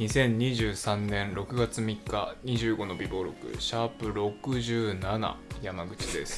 2023年6月3日25の微暴録シャープ67山口です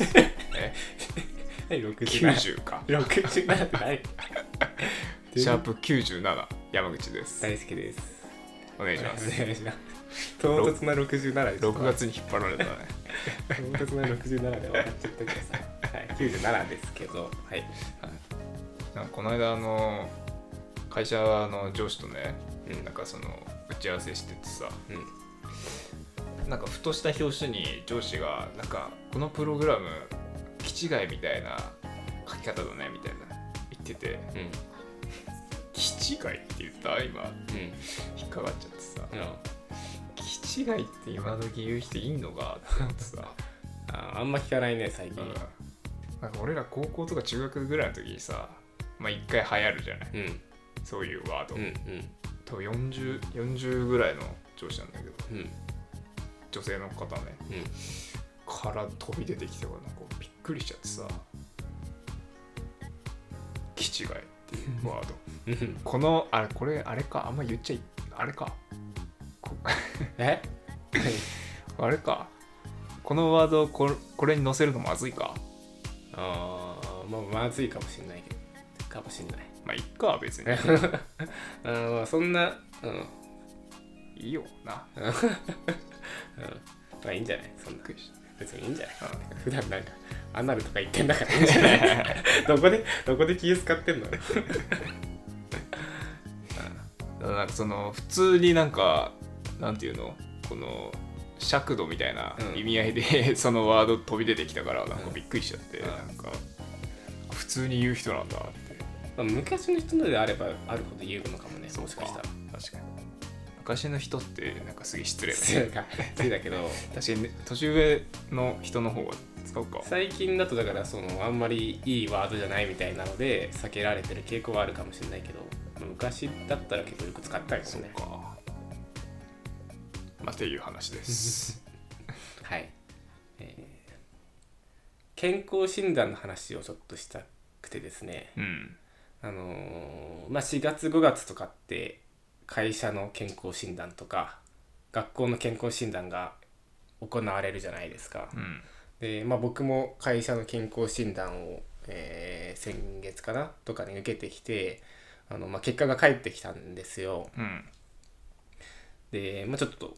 。90か。 67って何？ シャープ97山口です。 大好きです。 お願いします。 お願いします。唐突な67です。 6月に引っ張られたね。 唐突な67で終わっちゃったけどさ。はい、97ですけど、はい。 なんかこの間会社の上司とね、なんかその打ち合わせしててさ、なんかふとした表紙に上司がなんかこのプログラム気違いみたいな書き方だねみたいな言ってて、気違いって言った今、引っかかっちゃってさ、気違いって今時言う人いんのかって思ってさあんま聞かないね最近。 なんか俺ら高校とか中学ぐらいの時にさ、まあ一回流行るじゃない、そういうワード、多分40ぐらいの上司なんだけど、女性の方ね、から飛び出てきてからなんかびっくりしちゃってさ、気違いっていうワードこのこれあれか、あんま言っちゃいあれかあれか、このワードこれに載せるのまずいか。 まずいかもしんないけどまあいっか別にそんな、 いいよなまあいいんじゃない、そんな別にいいんじゃない、普段なんかアナルとか言ってんだからいいんじゃないどこで気使ってんのなんかその普通になんかなんていうの、この尺度みたいな意味合いで、そのワード飛び出てきたからなんかびっくりしちゃって、なんか普通に言う人なんだって、 昔の人のであればあるほど言うのかもね、もしかしたら。 確かに昔の人ってなんかすげえ失礼だねだけど確かに、ね、年上の人の方が使うか。 最近だとだからあんまりいいワードじゃないみたいなので避けられてる傾向はあるかもしれないけど、昔だったら結構よく使ったよね。 そうか、まあっていう話ですはい、健康診断の話をちょっとしたくてですね、4月5月とかって会社の健康診断とか学校の健康診断が行われるじゃないですか、で、僕も会社の健康診断を、先月かなとかに受けてきて、結果が返ってきたんですよ、で、ちょっと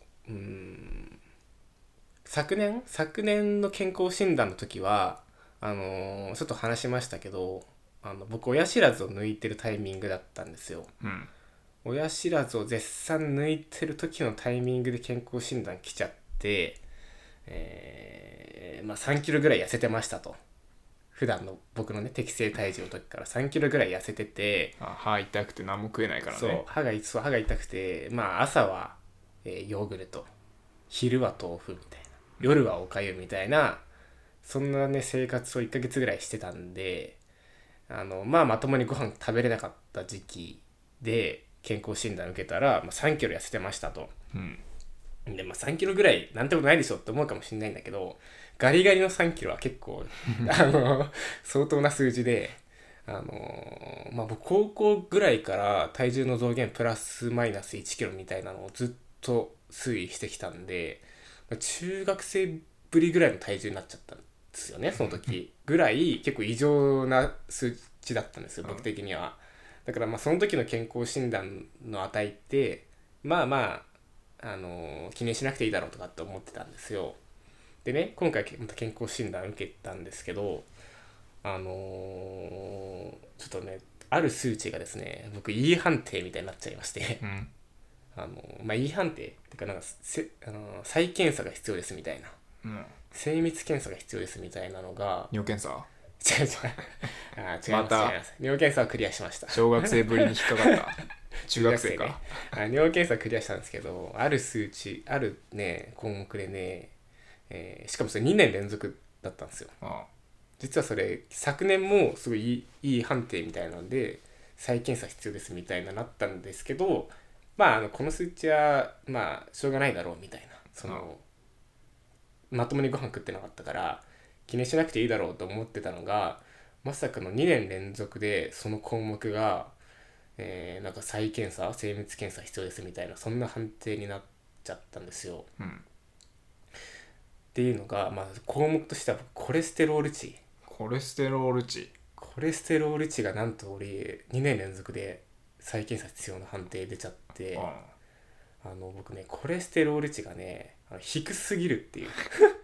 昨年の健康診断の時はちょっと話しましたけど、僕親知らずを抜いてるタイミングだったんですよ、親知らずを絶賛抜いてる時のタイミングで健康診断来ちゃって、3キロぐらい痩せてましたと。普段の僕のね適正体重の時から3キロぐらい痩せてて、 歯痛くて何も食えないからね。 そう歯が痛くて、朝は、ヨーグルト、昼は豆腐みたいな、夜はおかゆみたいな、そんなね生活を1ヶ月ぐらいしてたんで、まともにご飯食べれなかった時期で健康診断受けたら、3キロ痩せてましたと、で3キロぐらいなんてことないでしょって思うかもしれないんだけど、ガリガリの3キロは結構相当な数字で、僕高校ぐらいから体重の増減プラスマイナス1キロみたいなのをずっと推移してきたんで、中学生ぶりぐらいの体重になっちゃったんですよね、その時ぐらい結構異常な数値だったんですよ、僕的には。だからその時の健康診断の値って気にしなくていいだろうとかって思ってたんですよ。でね、今回また健康診断受けたんですけど、ちょっとねある数値がですね、僕 E 判定みたいになっちゃいましてE 判定ってか、なんか再検査が必要ですみたいな、精密検査が必要ですみたいなのが。 尿検査違います尿検査はクリアしました。 小学生ぶりに引っかかった中学生かね、尿検査クリアしたんですけど、ある数値あるね項目でね、しかもそれ2年連続だったんですよ。実はそれ昨年もすごいいい判定みたいなので再検査必要ですみたいなったんですけど、この数値はしょうがないだろうみたいな、まともにご飯食ってなかったから気にしなくていいだろうと思ってたのが、まさかの2年連続でその項目が、 なんか再検査精密検査必要ですみたいなそんな判定になっちゃったんですよ、っていうのが、まあ、項目としてはコレステロール値がなんと俺2年連続で再検査必要な判定出ちゃって、僕ねコレステロール値がね低すぎるっていう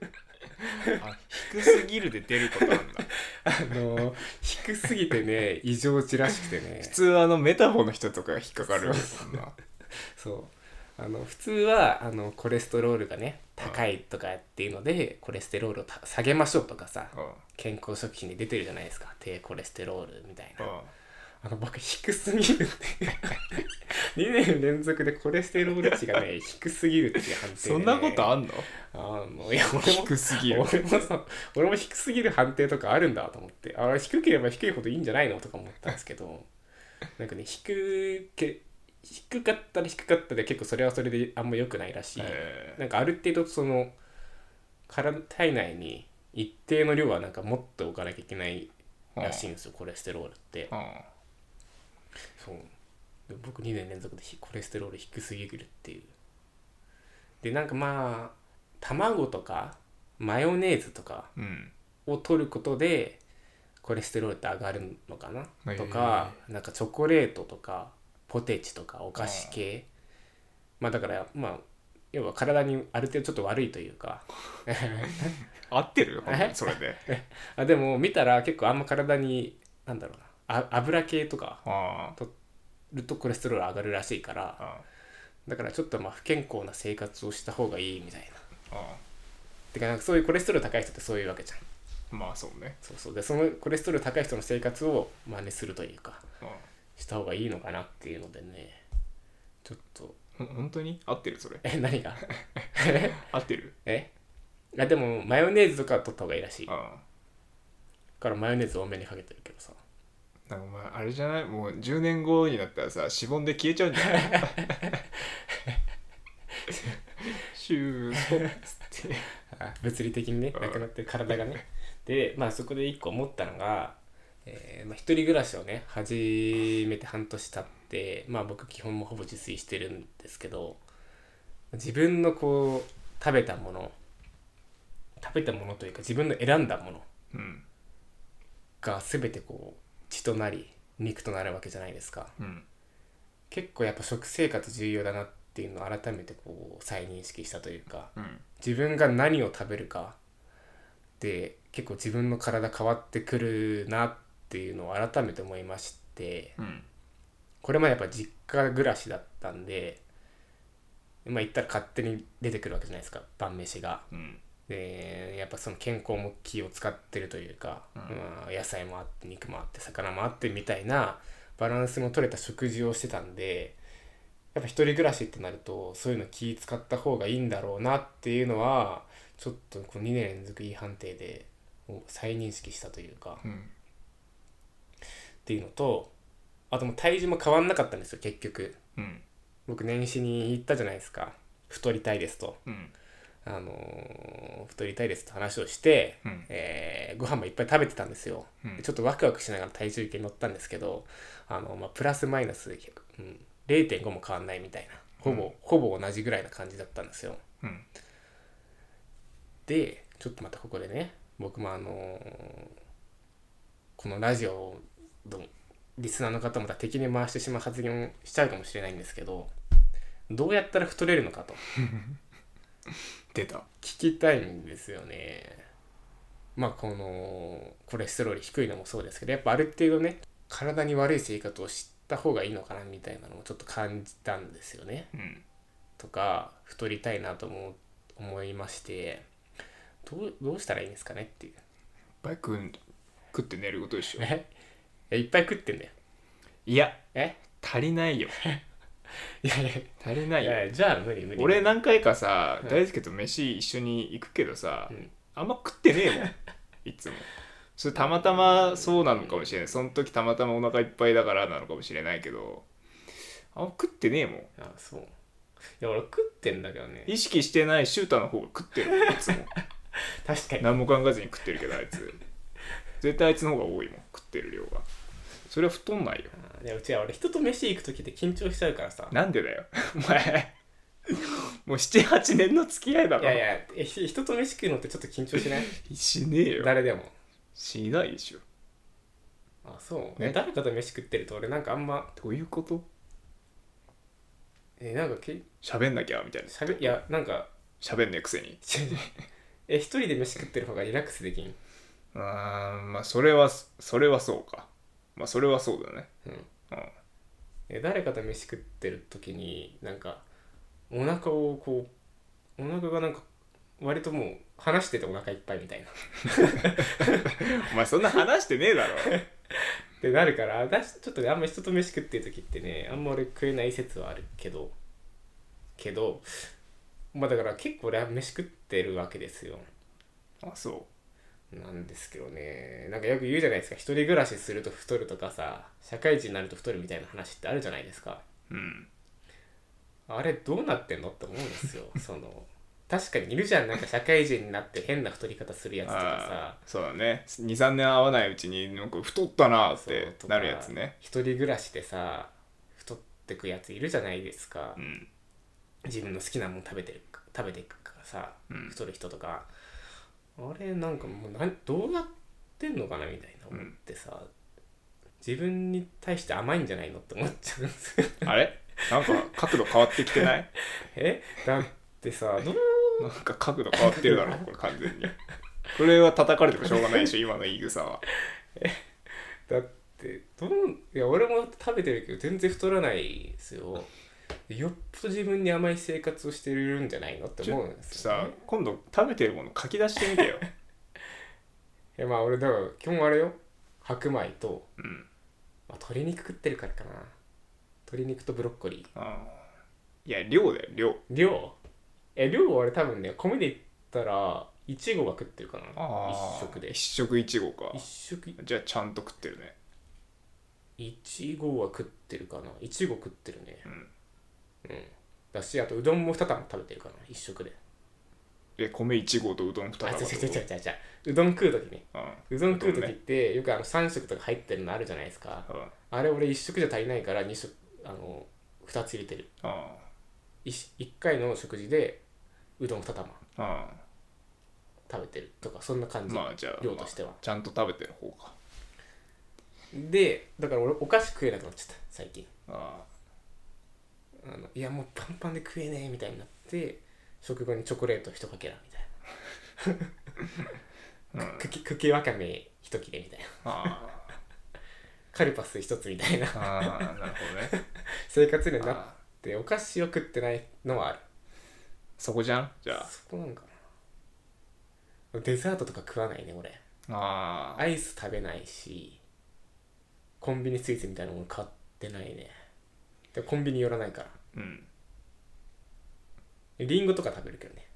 低すぎるで出ることなんだ低すぎてね異常値らしくてね普通メタボの人とかが引っかかるそう普通はコレステロールがね高いとかっていうのでコレステロールを下げましょうとかさ、健康食品に出てるじゃないですか、低コレステロールみたいな、僕低すぎるって2年連続でコレステロール値がね低すぎるっていう判定で、ね、 そんなことあんの？ いや低すぎる俺も低すぎる判定とかあるんだと思って、低ければ低いほどいいんじゃないのとか思ったんですけどなんかね低かったら低かったで結構それはそれであんま良くないらしい、なんかある程度その体内に一定の量はなんか持っておかなきゃいけないらしいんですよ、コレステロールって、そうで僕2年連続でコレステロール低すぎるっていうで、なんかまあ卵とかマヨネーズとかを取ることでコレステロールって上がるのかな、とかなんかチョコレートとかポテチとかお菓子系、まあだからまあ要は体にある程度ちょっと悪いというか合ってる本当にそれででも見たら結構あんま体になんだろうな油系とか取るとコレステロール上がるらしいから、だからちょっとまあ不健康な生活をした方がいいみたいな、てかなんかそういうコレステロール高い人ってそういうわけじゃん。 まあそうね。 そうでそのコレステロール高い人の生活を真似するというか、した方がいいのかなっていうのでね、ちょっと本当に合ってるそれ？ 何が合ってる？ でもマヨネーズとかは取った方がいいらしいからマヨネーズ多めにかけてるけどさ、 なんかあれじゃない、もう10年後になったらさしぼんで消えちゃうんじゃないシューストッつって物理的にねなくなって体がねでまあそこで一個思ったのが、一人暮らしをね始めて半年経って、まあ僕基本もほぼ自炊してるんですけど、自分のこう食べたものというか自分の選んだものが全てこう血となり肉となるわけじゃないですか、結構やっぱ食生活重要だなっていうのを改めてこう再認識したというか、自分が何を食べるかで結構自分の体変わってくるなっていうのを改めて思いまして、これまでやっぱ実家暮らしだったんで、まあ言ったら勝手に出てくるわけじゃないですか晩飯が、でやっぱその健康も気を使ってるというか、野菜もあって肉もあって魚もあってみたいなバランスの取れた食事をしてたんで、やっぱ一人暮らしってなるとそういうの気使った方がいいんだろうなっていうのはちょっとこの2年連続いい判定で再認識したというか、っていうのと、あともう体重も変わんなかったんですよ結局、僕年始に言ったじゃないですか、太りたいですと、太りたいですと話をして、ご飯もいっぱい食べてたんですよ、ちょっとワクワクしながら体重計に乗ったんですけど、プラスマイナス、0.5 も変わんないみたいな、ほぼ同じぐらいな感じだったんですよ、でちょっとまたここでね僕もこのラジオのリスナーの方も敵に回してしまう発言をしちゃうかもしれないんですけど、どうやったら太れるのかと出た聞きたいんですよね。まあこのコレステロール低いのもそうですけど、やっぱある程度ね体に悪い生活を知った方がいいのかなみたいなのもちょっと感じたんですよね、とか太りたいなと思いまして、どうしたらいいんですかねっていう。 バイク食って寝ることでしょ。 いっぱい食ってんだよ。 いや足りないよいや足りないよ。 じゃあ無理俺何回かさ、大輔と飯一緒に行くけどさ、あんま食ってねえもんいつも。それたまたまそうなのかもしれない、その時たまたまお腹いっぱいだからなのかもしれないけど、あんま食ってねえもん。 そう。いや俺食ってんだけどね。 意識してないシューターの方が食ってるもんいつも確かに何も考えずに食ってるけど、あいつ絶対あいつの方が多いもん食ってる量が。 それは太んないよ。 いやうちは俺人と飯行く時って緊張しちゃうからさ。 なんでだよお前もう 7,8 年の付き合いだろ。 いやいや人と飯食うのってちょっと緊張しない？ しねえよ。 誰でもしないでしょ。 あそう、 ね、 誰かと飯食ってると俺なんかあんまどういうこと？ なんか喋んなきゃみたいな。 いやなんか喋んねえくせに一人で飯食ってる方がリラックスできん。 まあそれはそうか。まあそれはそうだね。 誰かと飯食ってる時になんかお腹をこうお腹がなんか割ともう話しててお腹いっぱいみたいなお前そんな話してねえだろでなるから私ちょっとねあんま人と飯食ってる時ってねあんま俺食えない説はあるけどまあだから結構俺は飯食ってるわけですよ。 あ、そなんですけどね、なんかよく言うじゃないですか、一人暮らしすると太るとかさ、社会人になると太るみたいな話ってあるじゃないですか。 う。うん。 あれどうなってんのって思うんですよ確かにいるじゃん、なんか社会人になって変な太り方するやつとかさ。 そうだね、 2,3 年会わないうちになんか太ったなってなるやつね。 一人暮らしでさ太ってくやついるじゃないですか、 うん、 自分の好きなもの食べていくからさ、太る人とかあれなんかもうどうやってんのかなみたいな思ってさ、自分に対して甘いんじゃないのって思っちゃうんですよあれなんか角度変わってきてないだってさなんか角度変わってるだろこれ完全に。これは叩かれてもしょうがないでしょ今の言い草は。 だっていや俺も食べてるけど全然太らないですよ。よっぽど自分に甘い生活をしてるんじゃないのって思うんですよ、ね、 さ今度食べてるもの書き出してみてよいやまあ俺だから基本あれよ、白米と、 うん、 鶏肉食ってるからかな。鶏肉とブロッコリー。 いや量だよ量俺多分ね米で言ったらいちごが食ってるかな。一食で一食いちごか。 一食じゃあちゃんと食ってるね。 いちごは食ってるかな。いちご食ってるね。 うんだしあとうどんも2玉食べてるかな一食で。 米1合とうどん2玉と。 うどん食う時ね。 うどん食う時ってよく3食とか入ってるのあるじゃないですか。あれ俺1食じゃ足りないから2つ入れてる。1回の食事でうどん2玉食べてるとかそんな感じ、 じゃあ量としては、 ちゃんと食べてる方か。 でだから俺お菓子食えなくなっちゃった最近。いやもうパンパンで食えねえみたいになって職場にチョコレート1かけらみたいな茎わかめ1切れみたいなカルパス1つみたいななるほどね生活になってお菓子を食ってないのはある。 そこじゃん。じゃあそこなんかな。デザートとか食わないね俺。アイス食べないしコンビニスイーツみたいなもの買ってないね。でコンビニ寄らないから。リンゴとか食べるけどね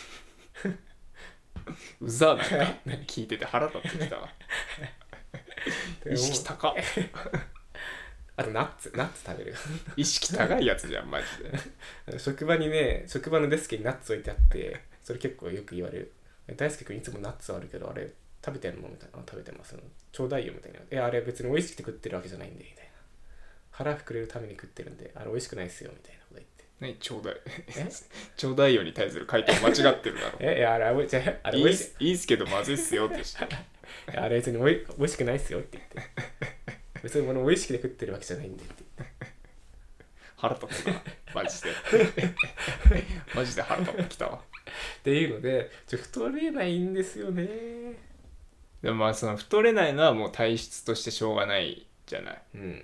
うざなんか聞いてて腹立ってきたわ意識高っあとナッツ食べる意識高いやつじゃんマジで職場のデスクにナッツ置いてあってそれ結構よく言われる。大輔君いつもナッツあるけどあれ食べてんのみたいな。食べてます。ちょうだいよみたいな。あれ別に美味しくて食ってるわけじゃないんでみたいな。腹膨れるために食ってるんであれ美味しくないっすよみたいなこと言って。 何ちょうだいちょうだいよに対する回答間違ってるだろいやあれいいっすけどまずいっすよってあれ別に美味しくないっすよって言って別に美味しくて食ってるわけじゃないんでって言って腹立つなマジでマジで腹立ってきたわっていうので太れないんですよね。 でもその太れないのはもう体質としてしょうがないじゃない。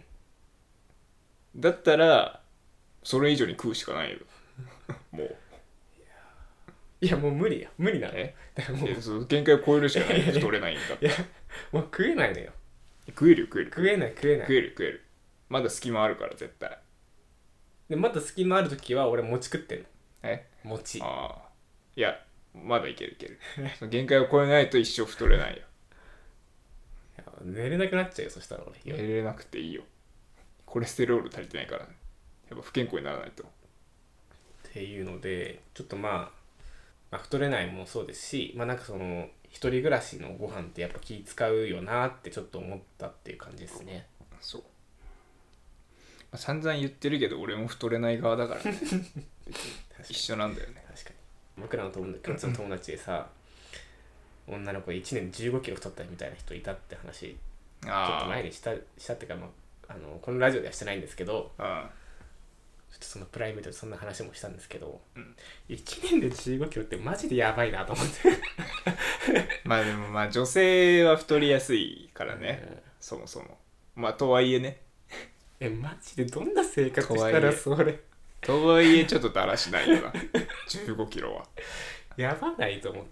だったらそれ以上に食うしかないよもういやもう無理なの。 だからもう限界を超えるしかない太れないんだって。 いやもう食えないのよ。 食える食えないまだ隙間あるから絶対。 でまだ隙間ある時は俺餅食ってるの。餅。 いやまだいけるその限界を超えないと一生太れないよ。 寝れなくなっちゃうよそしたら俺。 寝れなくていいよ。コレステロール足りてないから、ね、やっぱ不健康にならないとっていうのでちょっとまあ太れないもそうですし、なんかその一人暮らしのご飯ってやっぱ気使うよなってちょっと思ったっていう感じですね。 そう、散々言ってるけど俺も太れない側だからね一緒なんだよね。 確かに僕らの共通の友達でさ女の子1年15キロ太ったみたいな人いたって話ちょっと前にしたってか、このラジオではしてないんですけど、ちょっとそのプライベートでそんな話もしたんですけど、1年で15キロってマジでやばいなと思ってまあでも女性は太りやすいからね、そもそもとはいえねマジでどんな生活したらそれとはいえちょっとだらしないよな15キロはやばないと思って、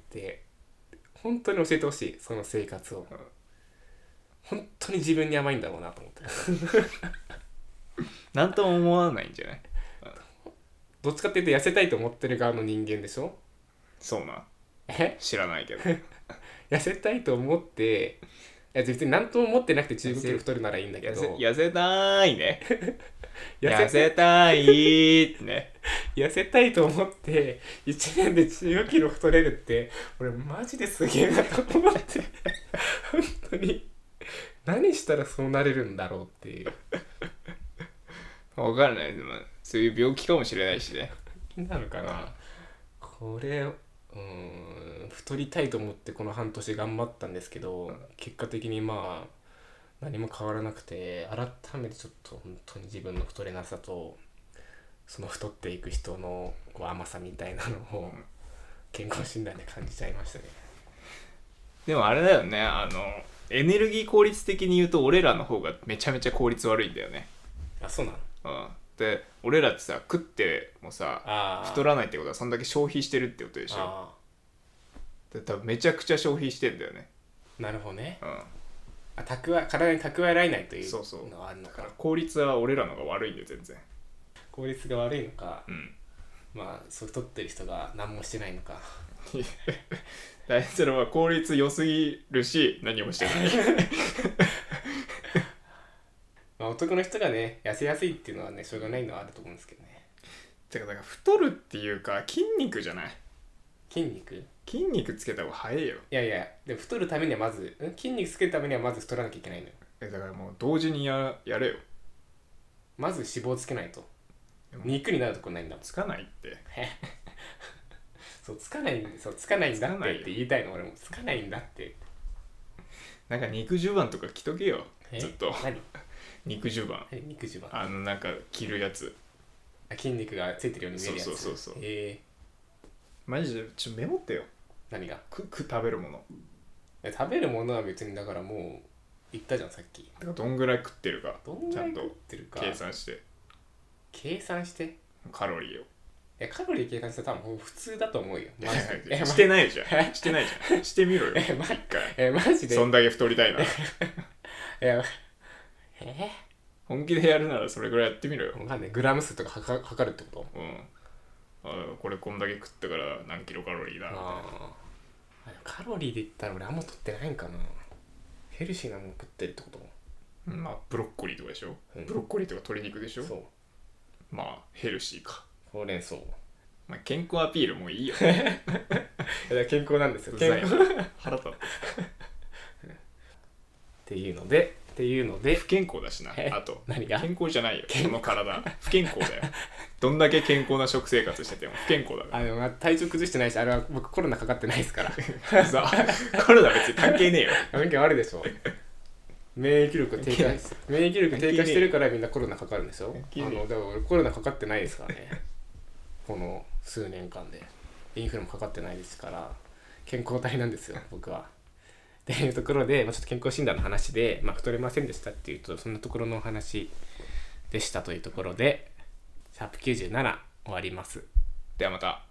本当に教えてほしいその生活を、本当に自分に甘いんだろうなと思ってなんとも思わないんじゃない？ どっちかっていうと痩せたいと思ってる側の人間でしょ。 そうな、知らないけど痩せたいと思って、別に何とも思ってなくて15キロ太るならいいんだけど、 痩せたいね痩せたいね痩せたいと思って1年で15キロ太れるって俺マジですげえなと思って本当に何したらそうなれるんだろうっていう分からない、でもそういう病気かもしれないしねなのかな、これ太りたいと思ってこの半年頑張ったんですけど、結果的に何も変わらなくて、改めてちょっと本当に自分の太れなさとその太っていく人の甘さみたいなのを健康診断で感じちゃいましたね。 でもあれだよね、エネルギー効率的に言うと俺らの方がめちゃめちゃ効率悪いんだよね。 あ、そうなの？ で俺らってさ食ってもさ太らないってことはそんだけ消費してるってことでしょ。で多分めちゃくちゃ消費してんだよね。 なるほどね。体に蓄えられないというのがあるのか。だから効率は俺らのが悪いんだよ全然。 効率が悪いのか、そう太ってる人が何もしてないのか大それは効率良すぎるし何もしてない男の人がね痩せやすいっていうのはねしょうがないのはあると思うんですけどね。 だから太るっていうか筋肉じゃない？ 筋肉つけた方が早いよ。 いやでも太るためにはまず筋肉つけるためにはまず太らなきゃいけないのよ。 だからもう同時にやれよ。 まず脂肪つけないと肉になるとこないんだもん。 つかないってつかないんだって言いたいの俺も。つかないんだって。 なんか肉襦袢とか着とけよずっと。 何肉襦袢。 肉襦袢なんか着るやつ。 筋肉がついてるように見えるやつ。 そうマジでメモってよ。 何が？ 食べるもの。 食べるものは別にだからもう言ったじゃんさっき。 だからどんぐらい食ってるかちゃんと計算してカロリーを。 カロリー計算して多分普通だと思うよ。 してないじゃんしてみろよ一回。 マジでそんだけ太りたいな本気でやるならそれぐらいやってみろよ。 わかんない。グラム数とか測るってこと？ これこんだけ食ったから何キロカロリーだみたいな。 カロリーで言ったら俺あんま取ってないんかな。ヘルシーなもの食ってるってこと？ ブロッコリーとかでしょ、ブロッコリーとか鶏肉でしょ。そうヘルシーか。 ほうれん草。 健康アピールもういいよ健康なんですよ。 腹立つっていうので不健康だしな。あと何が健康じゃないよこの体不健康だよどんだけ健康な食生活してても不健康だから。 でも体調崩してないし、あれは僕コロナかかってないですからコロナ別に関係ねえよ関係あるでしょ。免疫力低下してるからみんなコロナかかるんですよ。だから俺コロナかかってないですからねこの数年間でインフルもかかってないですから健康体なんですよ僕は。っていうところで、ちょっと健康診断の話で、太れませんでしたっていうとそんなところのお話でしたというところでシャープ97終わります。 ではまた。